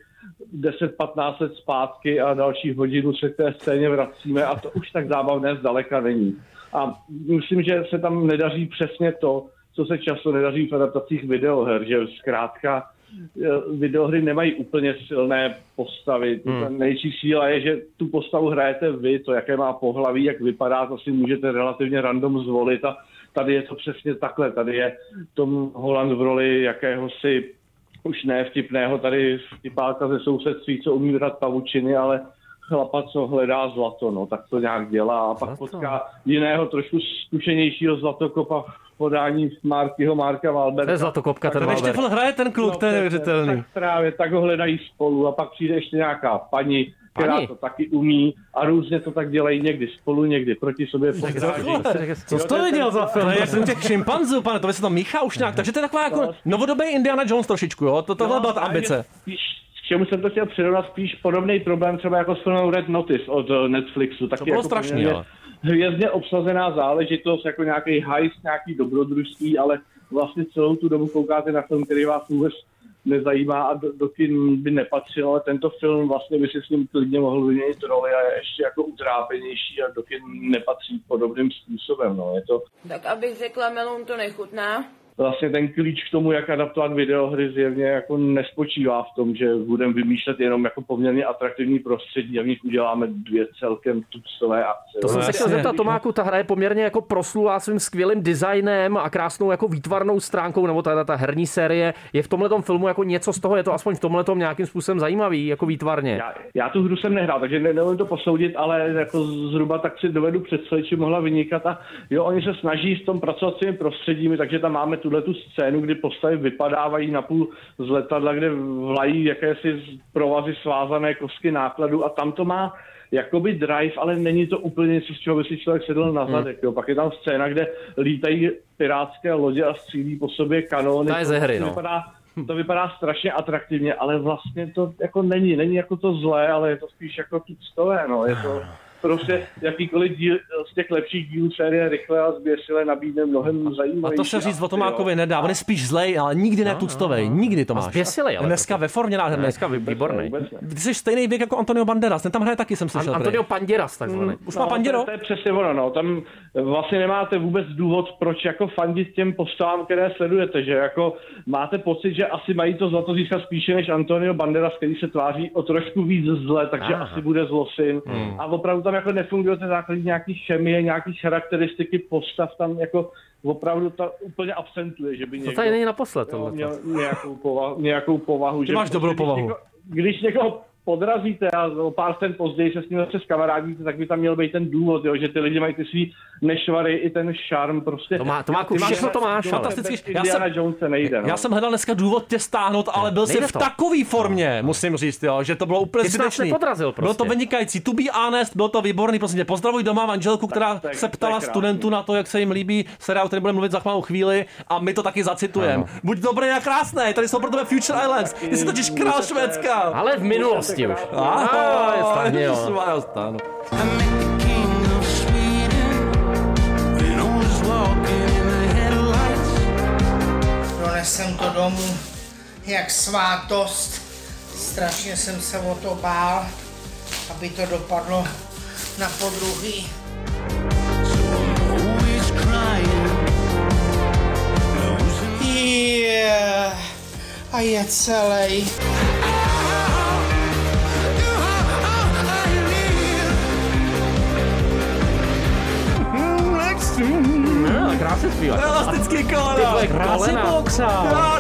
10-15 let zpátky a další hodinu se k té scéně vracíme a to už tak zábavné zdaleka není. A myslím, že se tam nedaří přesně to, co se často nedaří v adaptacích videoher, že zkrátka videohry nemají úplně silné postavy. Největší síla je, že tu postavu hrajete vy, to jaké má pohlaví, jak vypadá, to si můžete relativně random zvolit a tady je to přesně takhle. Tady je Tom Holland v roli jakéhosi už ne vtipného, tady vtipálka ze sousedství, co umí hrát pavučiny, ale chlapa, co hledá zlato, no, tak to nějak dělá a pak potká jiného trošku zkušenějšího zlatokopa v podání Marka Wahlberga. To je zlatokopka, ten Wahlberg. Ještě hraje ten kluk, ten je neuvěřitelný. Tak právě, tak ho hledají spolu a pak přijde ještě nějaká paní, která to taky umí a různě to tak dělají někdy spolu, někdy proti sobě. Co jsi to viděl za film? Jak jsem těch šimpanzů, pane, to by se to míchá už nějak, takže to je taková jako novodobý Indiana Jones trošičku, jo? Tohle byla ta ambice. K čemu jsem to chtěl přirovnat, spíš podobný problém třeba jako s filmem Red Notice od Netflixu. To bylo jako strašný, jo. Hvězdně obsazená záležitost, jako nějaký heist, nějaký dobrodružství, ale vlastně celou tu dobu koukáte na film, který vás vůbec nezajímá a do kin by nepatřil, ale tento film vlastně by si s ním klidně mohl vyměnit roli a je ještě jako utrápenější a do kin nepatří podobným způsobem. No. Je to... Tak abych řekla, meloun to nechutná. Vlastně ten klíč k tomu, jak adaptovat videohry, zjevně jako nespočívá v tom, že budeme vymýšlet jenom jako poměrně atraktivní prostředí a v nich uděláme 2 celkem tuctové akce. To jsem se chtěl zeptat, Tomáku, ta hra je poměrně jako proslulá svým skvělým designem a krásnou jako výtvarnou stránkou, nebo ta herní série. Je v tomhletom filmu jako něco z toho, je to aspoň v tomhletom nějakým způsobem zajímavý, jako výtvarně? Já tu hru jsem nehrál, takže nevím to posoudit, ale jako zhruba tak si dovedu představit, že mohla vynikat a jo, oni se snaží v tom pracovat s těmi prostředími, takže tam máme tu scénu, kdy postavy vypadávají napůl z letadla, kde vlají jakési provazy svázané kostky nákladu a tam to má jakoby drive, ale není to úplně něco, z čeho by si člověk sedl na zadek. Jo. Pak je tam scéna, kde lítají pirátské lodě a střílí po sobě kanóny. To je ze hry, no. To vypadá strašně atraktivně, ale vlastně to jako není jako to zlé, ale je to spíš jako tuctové, no. Je to prostě jakýkoliv díl z těch lepších dílů série Rychle a zběsile nabídne mnohem zajímavější. A to se říct o Tomákovi nedá, on je spíš zlej, ale nikdy ne tuctovej, nikdy to máš. Zběsilej, ale dneska ve formě nádherné. Dneska výborný. Ty jsi stejný věk jako Antonio Banderas, ten tam hraje taky, jsem slyšel. Antonio Banderas, takzvaný. Už má Banděro? To je přesně ono, no. Tam vlastně nemáte vůbec důvod, proč jako fandit těm postavám, které sledujete, že jako máte pocit, že asi mají to zlato získat spíše než Antonio Banderas, který se tváří o trošku víc zle, takže asi bude zlosin. A opravdu tam jako nefunguje ten základní nějaký chemie, nějaký charakteristiky postav tam jako opravdu to úplně absentuje, že by někdo... To tady není naposled. Měl nějakou povahu. Ty máš dobrou povahu. Když někoho podrazíte a o pár scén později se s ním zase skamarádíte, tak by tam měl být ten důvod, jo, že ty lidi mají ty svý nešvary i ten šarm prostě. Všechno to máš, ale. Já jsem hledal dneska důvod tě stáhnout, ale byl jsi v takové formě, musím říct, jo, že to bylo úplně zbytečný. Bylo to vynikající, to be honest, bylo to výborný, prosím tě, pozdravuj doma manželku, která se ptala studentů na to, jak se jim líbí seriál, který bude mluvit za malou chvíli a my to taky zacitujeme. Buď dobrý a krásný, tady jsou pro tebe Future Islands, ty jsi totiž král Švédska. Ale v minulosti už. Donesem to domů jak svátost. Strašně jsem se o to bál, aby to dopadlo na podruhý. A je celej. Krásně zpívat. Elastický kolena. Krásně boxa.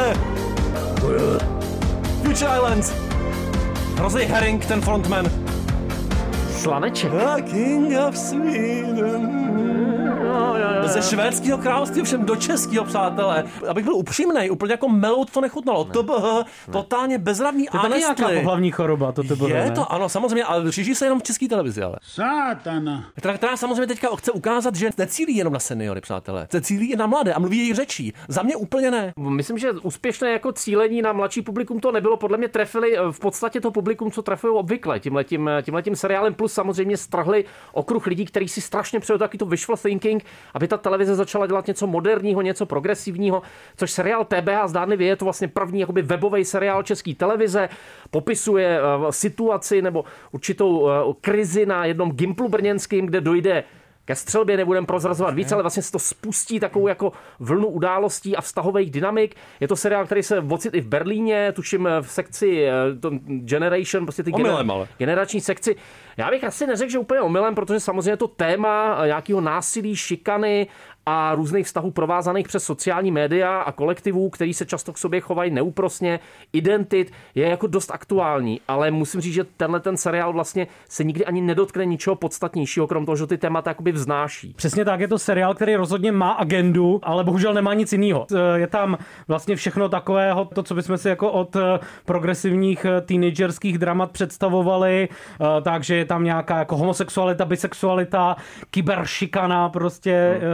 Future Islands. Hrozný Herring, ten frontman. Slaneček. The King of Sweden. Ze švédského království všem do českého, přátelé. Abych byl upřímnej, úplně jako melout to nechutnalo. TBH, totálně bezradný to je nějaká pohlavní choroba, to TBH, je to, ano, samozřejmě, ale říží se jenom v české televizi, ale. Sátana. Která samozřejmě teďka chce ukázat, že necílí jenom na seniory, přátelé. Cílí i na mladé a mluví jejich řečí. Za mě úplně ne. Myslím, že úspěšné jako cílení na mladší publikum to nebylo. Podle mě trefili v podstatě to publikum, co trefují obvykle. Tímhletím seriálem plus samozřejmě strhli okruh lidí, kteří si strašně přejou taky to wishful thinking, aby ta televize začala dělat něco moderního, něco progresivního, což seriál TBH zdánlivě je to vlastně první jakoby webový seriál české televize, popisuje situaci nebo určitou krizi na jednom gimplu brněnským, kde dojde ke střelbě, nebudem prozrazovat víc, ale vlastně se to spustí takovou jako vlnu událostí a vztahových dynamik. Je to seriál, který se ocit i v Berlíně, tuším v sekci Generation, prostě ty generační sekci. Já bych asi neřekl, že úplně omylem, protože samozřejmě to téma nějakého násilí, šikany a různých vztahů provázaných přes sociální média a kolektivů, který se často k sobě chovají neúprosně, identit, je jako dost aktuální, ale musím říct, že tenhle ten seriál vlastně se nikdy ani nedotkne ničeho podstatnějšího, krom toho, že ty témata jakoby vznáší. Přesně tak, je to seriál, který rozhodně má agendu, ale bohužel nemá nic jiného. Je tam vlastně všechno takového, to, co bychom si jako od progresivních teenagerských dramat představovali, takže je tam nějaká jako homosexualita, bisexualita, kyberšikana, prostě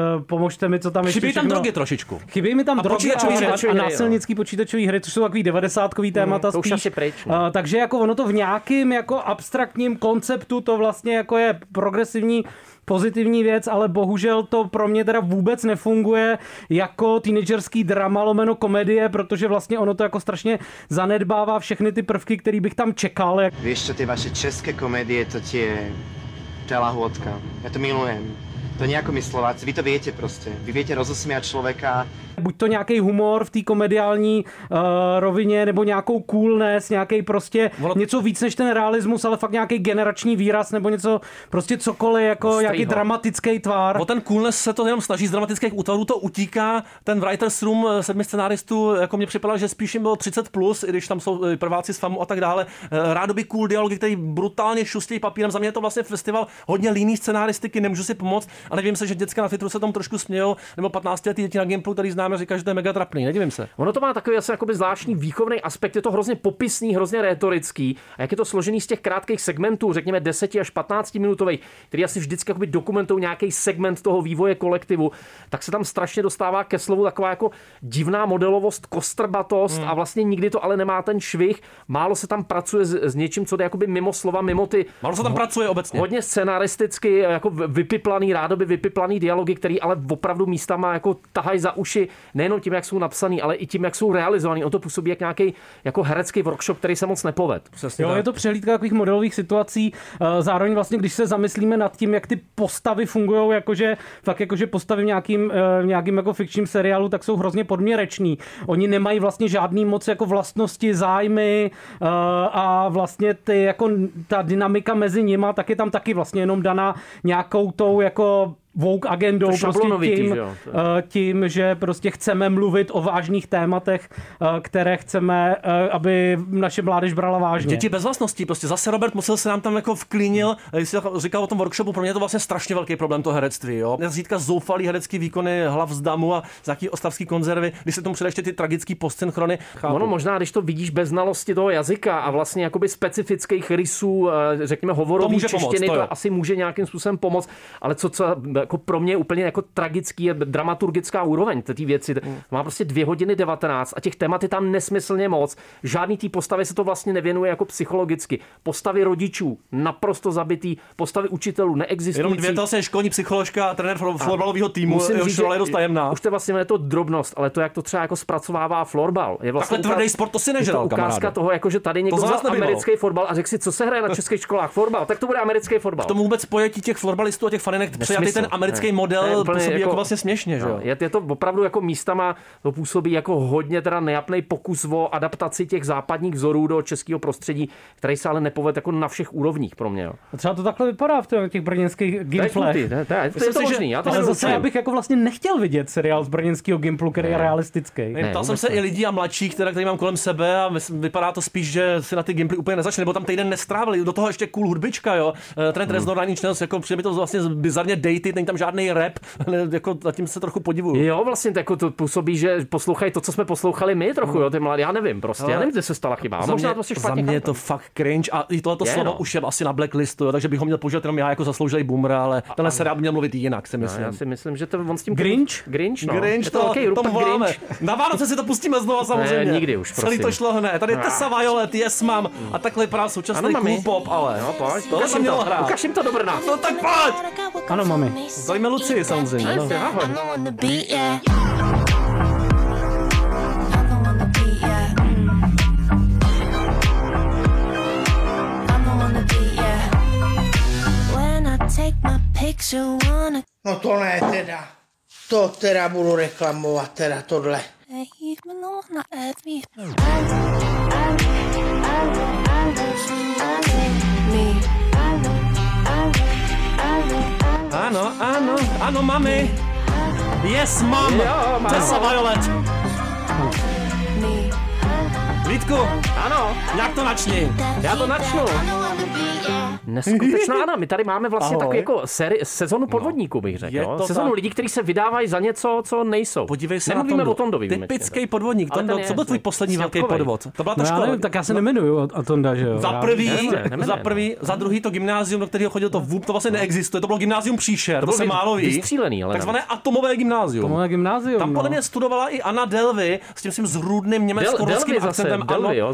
pomožte mi, co tam ještě chybí tam drogy trošičku. Chybí mi tam drogy a násilnický počítačový hry, což jsou takový 90kový témata spíš. Asi pryč, takže jako ono to v nějakým jako abstraktním konceptu to vlastně jako je progresivní pozitivní věc, ale bohužel to pro mě teda vůbec nefunguje jako teenagerský drama lomeno komedie, protože vlastně ono to jako strašně zanedbává všechny ty prvky, který bych tam čekal. Víš čo, ty vaše české komedie, to ti je lahôdka. Ja to milujem. To nejako my Slováci, vy to viete proste. Vy viete rozosmiať človeka. Buď to nějaký humor v té komediální rovině, nebo nějakou coolness, nějaký prostě něco víc než ten realismus, ale fakt nějaký generační výraz, nebo něco prostě cokoliv, jako nějaký dramatický tvar. O ten coolness se to jenom snaží, z dramatických útvarů to utíká. Ten writers room 7 scenáristů, jako mě připadalo, že spíš jim bylo 30+, i když tam jsou prváci z FAMu a tak dále. Rádoby cool dialogy, který brutálně šustějí papírem. Za mě je to vlastně festival hodně líný scenaristiky, nemůžu si pomoct, ale vím se, že děcka na Twitteru se tomu trošku smějou, nebo 15letý děti na Gimplu, který známe, říká, že to je mega trapný, nedivím se. Ono to má takový asi jakoby zvláštní výchovný aspekt, je to hrozně popisný, hrozně rétorický, a jak je to složený z těch krátkých segmentů, řekněme 10 až 15 minutových, který asi vždycky jakoby dokumentují nějaký segment toho vývoje kolektivu, tak se tam strašně dostává ke slovu taková jako divná modelovost, kostrbatost a vlastně nikdy to ale nemá ten švih. Málo se tam pracuje s něčím, co jde jakoby mimo slova, mimo ty. Málo se tam pracuje obecně. Hodně scenaristicky jako vypiplaný, rádoby vypiplaný dialogy, který ale opravdu místama jako tahají za uši, nejenom tím, jak jsou napsaný, ale i tím, jak jsou realizovaný. O to působí jak nějaký jako herecký workshop, který se moc nepoved. Jo, je to přehlídka takových modelových situací. Zároveň vlastně, když se zamyslíme nad tím, jak ty postavy fungují, jakože postavy v nějakým jako fikčním seriálu, tak jsou hrozně podměrečný. Oni nemají vlastně žádný moc jako vlastnosti, zájmy a vlastně ty jako ta dynamika mezi nima, tak je tam taky vlastně jenom daná nějakou tou jako woke agendou, prostě tím, že prostě chceme mluvit o vážných tématech, které chceme, aby naše mládež brala vážně. Děti bez vlastností, prostě zase Robert Musil se nám tam jako vklínil, když jsi říkal o tom workshopu, pro mě je to vlastně strašně velký problém to herectví, jo. Zřídka zoufalý herecký výkony hlav z damu a z jaký ostravský konzervy, když se tomu přidá ještě ty tragický postsynchrony. Ono možná, když to vidíš bez znalosti toho jazyka a vlastně jakoby specifických rysů, řekněme hovorový češtiny, to asi může nějakým způsobem pomoct, ale co jako pro mě úplně jako tragický je dramaturgická úroveň té věci. Má prostě 2 hodiny 19 a těch témat je tam nesmyslně moc. Žádný té postavy se to vlastně nevěnuje jako psychologicky. Postavy rodičů naprosto zabitý, postavy učitelů neexistující. Jenom 2 vlastně školní psycholožka a trenér florbalového týmu, jehož role je dost tajemná. Už to vlastně je to drobnost, ale to, jak to třeba jako zpracovává florbal, je vlastně takhle tvrdý sport to si nežral, ukázka toho, jako že tady někdo vzal americký fotbal a řekl si, co se hraje na českých školách fotbal, tak to bude americký fotbal. K tomu vůbec pojetí těch florbalistů a těch faninek přijatý ten americký model působí jako vlastně směšně, že jo? Je to opravdu jako místama, to působí jako hodně teda nejapnej pokus o adaptaci těch západních vzorů do českého prostředí, který se ale nepovede jako na všech úrovních pro mě. Jo. A třeba to takhle vypadá v těch brněnských Gimplech. To je to možný. Ale zase já bych jako vlastně nechtěl vidět seriál z brněnského Gimplu, který je realistický. Ptal jsem se i lidí a mladších, který mám kolem sebe a vypadá to spíš, že si na ty Gimply úplně nezačne, nebo tam týden nestrávili. Do toho ještě cool hudbička, jo. Ten Reznor Nine Inch Nails, jako přijde mi to vlastně bizarně dated, není tam žádný rap, jako zatím se trochu podivuju. Jo, vlastně jako to působí, že poslouchají to, co jsme poslouchali my trochu, jo, ty mladí, já nevím, prostě, já nevím, kde se stala chyba. Za mě je to fakt cringe a i tohleto slovo už je asi na blacklistu, jo, takže bychom měl použít jenom já jako zasloužilý boomer, ale tenhle seriál by měl mluvit jinak, si myslím. Já si myslím, že to on s tím Grinch, no. Grinch, to voláme. Na Vánoce si to pustíme znova samozřejmě. Ne, nikdy už, celý to šlo hned. Tady Tessa Violet, Yes Mam a takhle vypadá současný cool pop, ale no, pojď, ukaž jim to do Brna. No tak pojď. Ano, mami. Zdravíme Lucii samozřejmě. No. No to ne teda. To teda budu reklamovat, teda tohle. Ano, mami. Yes, mom. Tessa Violet. Vítku, ano, jak to načni? Já to načnu. Neskutečná Anna, my tady máme vlastně takový jako sezonu podvodníků, bych řekl. Sezonu lidí, kteří se vydávají za něco, co nejsou. Podívej se Nemluvíme na o Tondovi. Typický podvodník. Tondo, co byl tvůj poslední velký podvod? To byla ta škola. Nevím, tak já se nemenuju Tonda, že jo? Za prvý, za druhý to gymnázium, do kterého chodil to vlastně neexistuje. To bylo gymnázium příšer, to se málo ví. Vystřílený, ale takzvané atomové gymnázium. Atomové gymnázium. Tam podle mě studovala i Anna Delvey s tím svým zrůdným německo-ruským akcentem.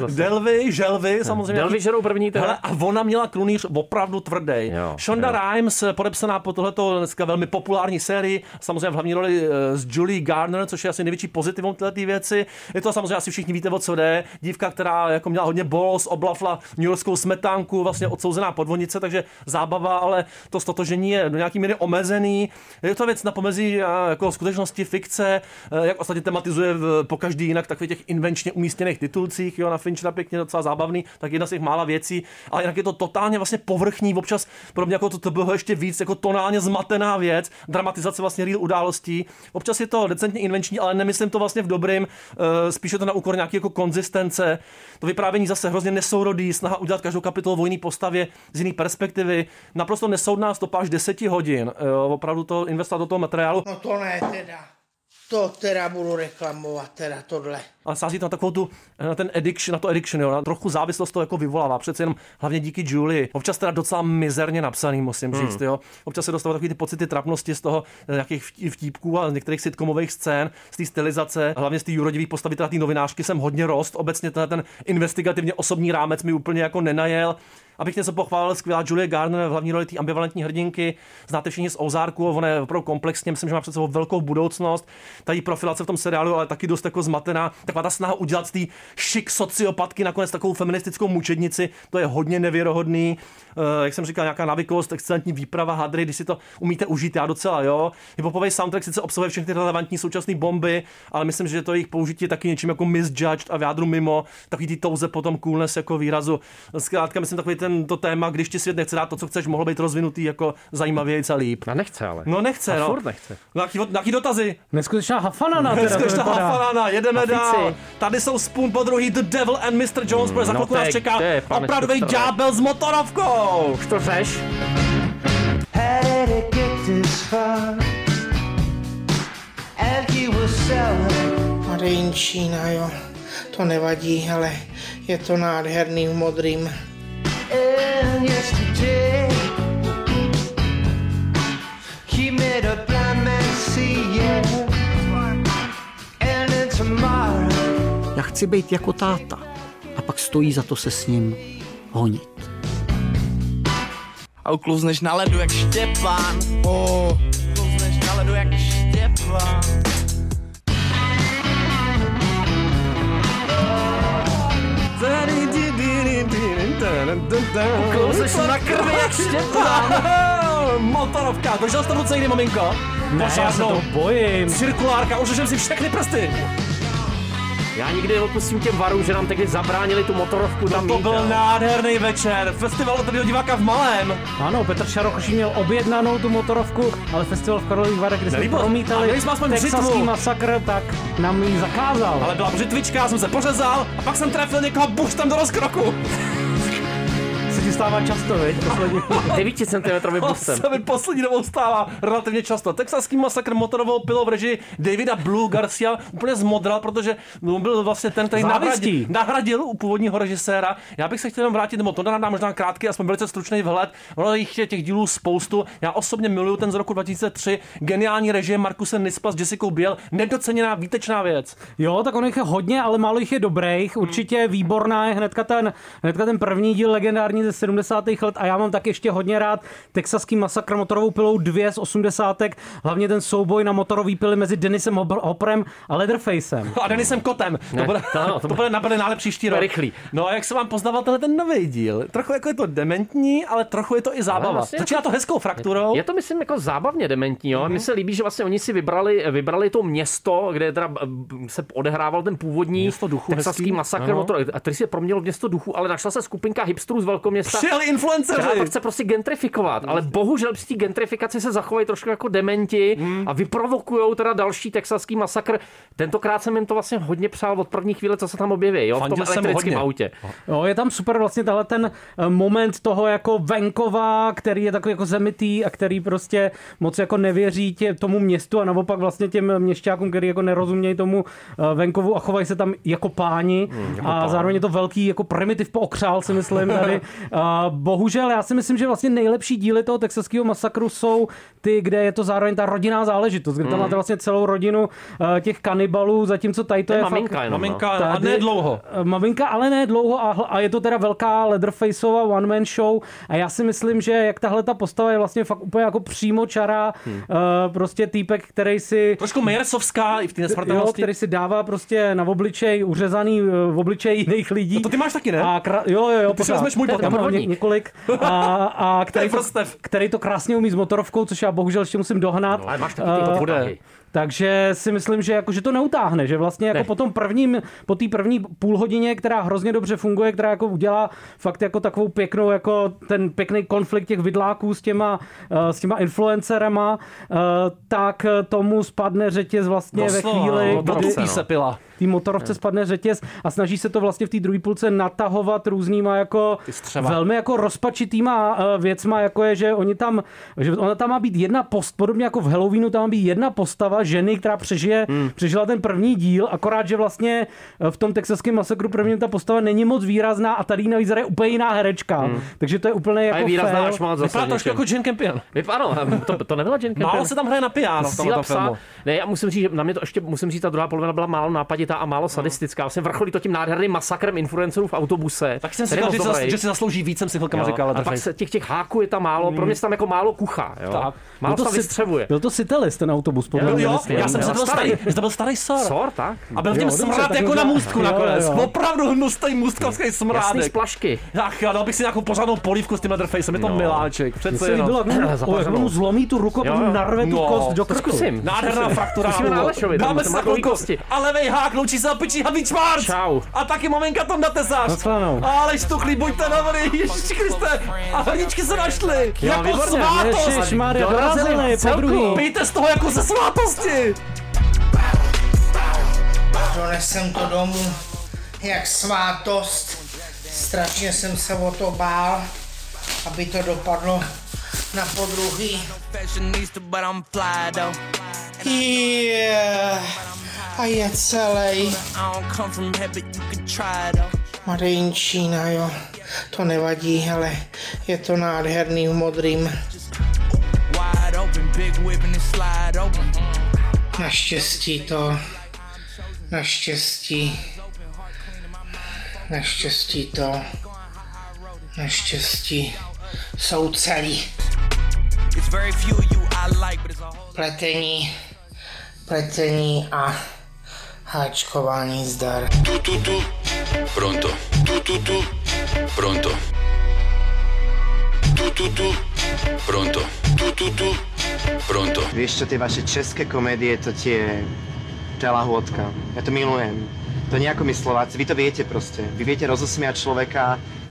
Želvy, samozřejmě. Delvey žerou první teda. A ona měla krunýř opravdu tvrdý. Shonda Rhimes, podepsaná po tohleto dneska velmi populární sérii, samozřejmě v hlavní roli s Julie Garner, což je asi největší pozitivum této věci. Je to samozřejmě asi všichni víte, o co jde. Dívka, která jako měla hodně bolos, oblafla newyorskou smetánku, vlastně odsouzená podvodnice, takže zábava, ale to stotožení je do nějaký míry omezený. Je to věc na pomezí jako skutečnosti, fikce, jak ostatně tematizuje po každý jinak takových těch invenčně umístěných titulcích, jo, na Finchera pěkně docela zábavný, tak jedna z těch mála věcí, ale jinak je to totálně vlastně povrchní, občas podobně jako to bylo ještě víc jako tonálně zmatená věc, dramatizace vlastně real událostí. Občas je to decentně invenční, ale nemyslím to vlastně v dobrým, spíše to na úkor nějaký jako konzistence. To vyprávění zase hrozně nesourodý, snaha udělat každou kapitolu o jiný postavě z jiný perspektivy. Naprosto nesoudná stopáž 10 hodin. Opravdu to investovat do toho materiálu. No to ne teda. To teda budu reklamovat, teda tohle. Ale sází to na takovou tu, na to addiction, jo, na trochu závislost to jako vyvolává. Přece jenom hlavně díky Julie. Občas teda docela mizerně napsaný, musím říct, jo. Občas se dostávají takový ty pocity trapnosti z toho nějakých vtípků a některých sitcomových scén, z té stylizace, hlavně z té jurodivý postavy, teda té novinářky jsem hodně rost. Obecně ten investigativně osobní rámec mi úplně jako nenajel. Abych něco pochválil, skvělá Julie Garner v hlavní roli té ambivalentní hrdinky. Znáte všichni z Ozarku, ona je opravdu komplexně, myslím, že má před sebou velkou budoucnost. Ta její profilace v tom seriálu, ale taky dost jako zmatená. Taková ta snaha udělat z té šik sociopatky nakonec takovou feministickou mučednici, to je hodně nevěrohodný. Jak jsem říkal, nějaká navykost, excelentní výprava hadry, když si to umíte užít, já docela, jo. Hiphopový soundtrack sice obsahuje všechny ty relevantní současné bomby, ale myslím, že to jejich použití je taky něčím jako misjudged a v jádru mimo, takový ty touze potom coolness jako výrazu. Zkrátka, myslím, takový to téma, když ti svět nechce dát to, co chceš, mohlo být rozvinutý jako zajímavějc a líp. A nechce ale. No nechce, a furt nechce. Nějaký dotazy? Neskutečná hafanana. Neskutečná hafanana, jedeme dál. Tady jsou Spoon po druhý, The Devil and Mr. Jones, protože za chvilku nás čeká opravdový ďábel s motorovkou. Už to řeš? Madejnčína, jo. To nevadí, ale je to nádherný v modrým. Já chci být jako táta a pak stojí za to se s ním honit. A uklouzneš na ledu jak Štěpán. Uklouzneš na ledu jak Štěpán. Uklouzneš na krvi jak Štěpán. Motorovka, držel jsi to v ruce někdy, maminko? Ne, já se to bojím. Cirkulárka, užil jsem si všechny prsty. Já nikdy neodpustím těm varům, že nám tehdy zabránili tu motorovku tam mít. To byl nádherný večer. Festival Otevřeného diváka v Malém. Ano, Petr Šaroch měl objednanou tu motorovku, ale festival v Karlových Varech, kde jsme promítali texaský masakr, tak nám ji zakázal. Ale byla břitvička, jsem se pořezal a pak jsem trefil někoho buštem do rozkroku. Se ti stává často, viď? 9 cm busem. To se mi poslední dobou stává relativně často. Texaský masakr motorovou pilou v režii Davida Blue Garcia úplně zmodral, protože byl vlastně ten, který nahradil u původního režiséra. Já bych se chtěl jenom vrátit, nebo to nám dá možná krátký, aspoň velice stručný vhled. Ono je těch dílů spoustu. Já osobně miluju ten z roku 2003. Geniální režie Markuse Nispla s Jessicou Biel. Nedoceněná, výtečná věc. Jo, tak ono jich je hodně, ale málo jich je dobrých. Určitě výborná je hnedka ten první díl legendární ze 70. let a já mám tak ještě hodně rád texaský masakr motorovou pilou 2 z 80. Hlavně ten souboj na motorový pily mezi Dennisem Hopperem a Leatherfacem. A Dennisem Kotem. To bude napadená příští rok. Rychlý. No a jak se vám poznával ten nový díl? Trochu jako je to dementní, ale trochu je to i zábava. Vlastně začíná to hezkou frakturou. Je to myslím jako zábavně dementní, jo. Mně se líbí, že vlastně oni si vybrali to město, kde teda se odehrával ten původní texaský masakr motorový, a který se proměnil v město duchu, ale našla se skupinka hipsterů z velkoměsta, Přijeli influenceři. Která chce prostě gentrifikovat, ale bohužel při té gentrifikaci se zachovají trošku jako dementi a vyprovokujou teda další texaský masakr. Tentokrát jsem jim to vlastně hodně přál od první chvíle, co se tam objeví, jo, v tom elektrickém autě. Jo, je tam super vlastně tahle ten moment toho jako venkova, který je takový jako zemitý a který prostě moc jako nevěří tomu městu a naopak vlastně těm měšťákům, který jako nerozumějí tomu venkovu a chovají se tam jako páni a zároveň je to velký jako primitiv pookřál, si myslím tady. Bohužel já si myslím, že vlastně nejlepší díly toho texaského masakru jsou ty, kde je to zároveň ta rodinná záležitost, kde tam máte vlastně celou rodinu těch kanibalů, zatímco tady to je maminka, fakt... Maminka, a ne dlouho. Maminka, ale ne dlouho a je to teda velká Leatherfaceová one-man show a já si myslím, že jak tahle ta postava je vlastně fakt úplně jako přímočará, prostě týpek, který si... Trošku Meyersovská i v té nesmrtelnosti. Který si dává prostě na obličej uřezaný v obličeji jiných lidí. To ty máš taky, ne? Jo. Ty si vezmeš můj já mám několik. A který to krásně umí s motorovkou, což já bohužel ještě musím dohnat. No, ale máš taky to bude. Takže si myslím, že to neutáhne, že vlastně jako po té první půlhodině, která hrozně dobře funguje, která jako udělá fakt jako takovou pěknou, jako ten pěkný konflikt těch vidláků s těma influencerema, tak tomu spadne řetěz vlastně ve chvíli, tý motorovce spadne řetěz a snaží se to vlastně v té druhé půlce natahovat různýma jako velmi jako rozpačitýma věcma, jako je, že ona tam má být jedna podobně jako v Halloweenu, tam má být jedna postava ženy, která přežila ten první díl, akorát, že vlastně v tom texaském masakru první ta postava není moc výrazná a tady navíc je úplně jiná herečka. Takže to je úplně jako výrazná až moc. Vypadá trošku jako Jane Campion. Ano, to nebyla Jane Campion. Málo se tam hraje na piano v tomto filmu. Ne, já musím říct, že na mě to ještě musím říct, ta druhá polovina byla málo nápaditá a málo sadistická. Vlastně vrcholí to tím nádherným masakrem influencerů v autobuse. Tak jsem si říkal, že si zaslouží víc, jsem si chvilkama říkal. A pak těch háků je tam málo, pro mě je tam jako málo kucha, jo. Tak. Málo se vystřebuje. Byl to Citelis ten autobus, podle mě. Já jsem se to byl starý Sor. Sor, tak. A byl tím smrad jako na můstku nakonec. Opravdu hnusný můstkovský smrádek. Jasný z plašky. Ach jo, dal bych si nějakou pořádnou polívku s tím Leatherfacem, je to miláček. Přece jenom. Jak mu zlomí tu ruku a potom narve tu kost do krku. Nádherná fraktura. Dáme si takovou kosti. A levej hák, loučí se opičí Happy Schwarz. Čau. A taky maminka tam na tesář. Ale štuchlí, buďte dobrý. Ježiši Kriste. A hrničky se našly. Jako svátost. Ježišmarja, dorazili po druhý. Pijte z toho jako ze svátosti. Donesem to domů jak svátost. Strašně jsem se o to bál, aby to dopadlo na podruhý. A je celej. Madejnčína, jo. To nevadí, ale je to nádherný v modrým. Naštěstí jsou celý. Pletení a háčkování zdar. Pronto. Pronto. Pronto. Pronto. Vieš čo, tie vaše české komédie, to je lahôdka. Ja to milujem. To nie ako my Slováci, vy to viete proste. Vy viete rozosmiať človeka,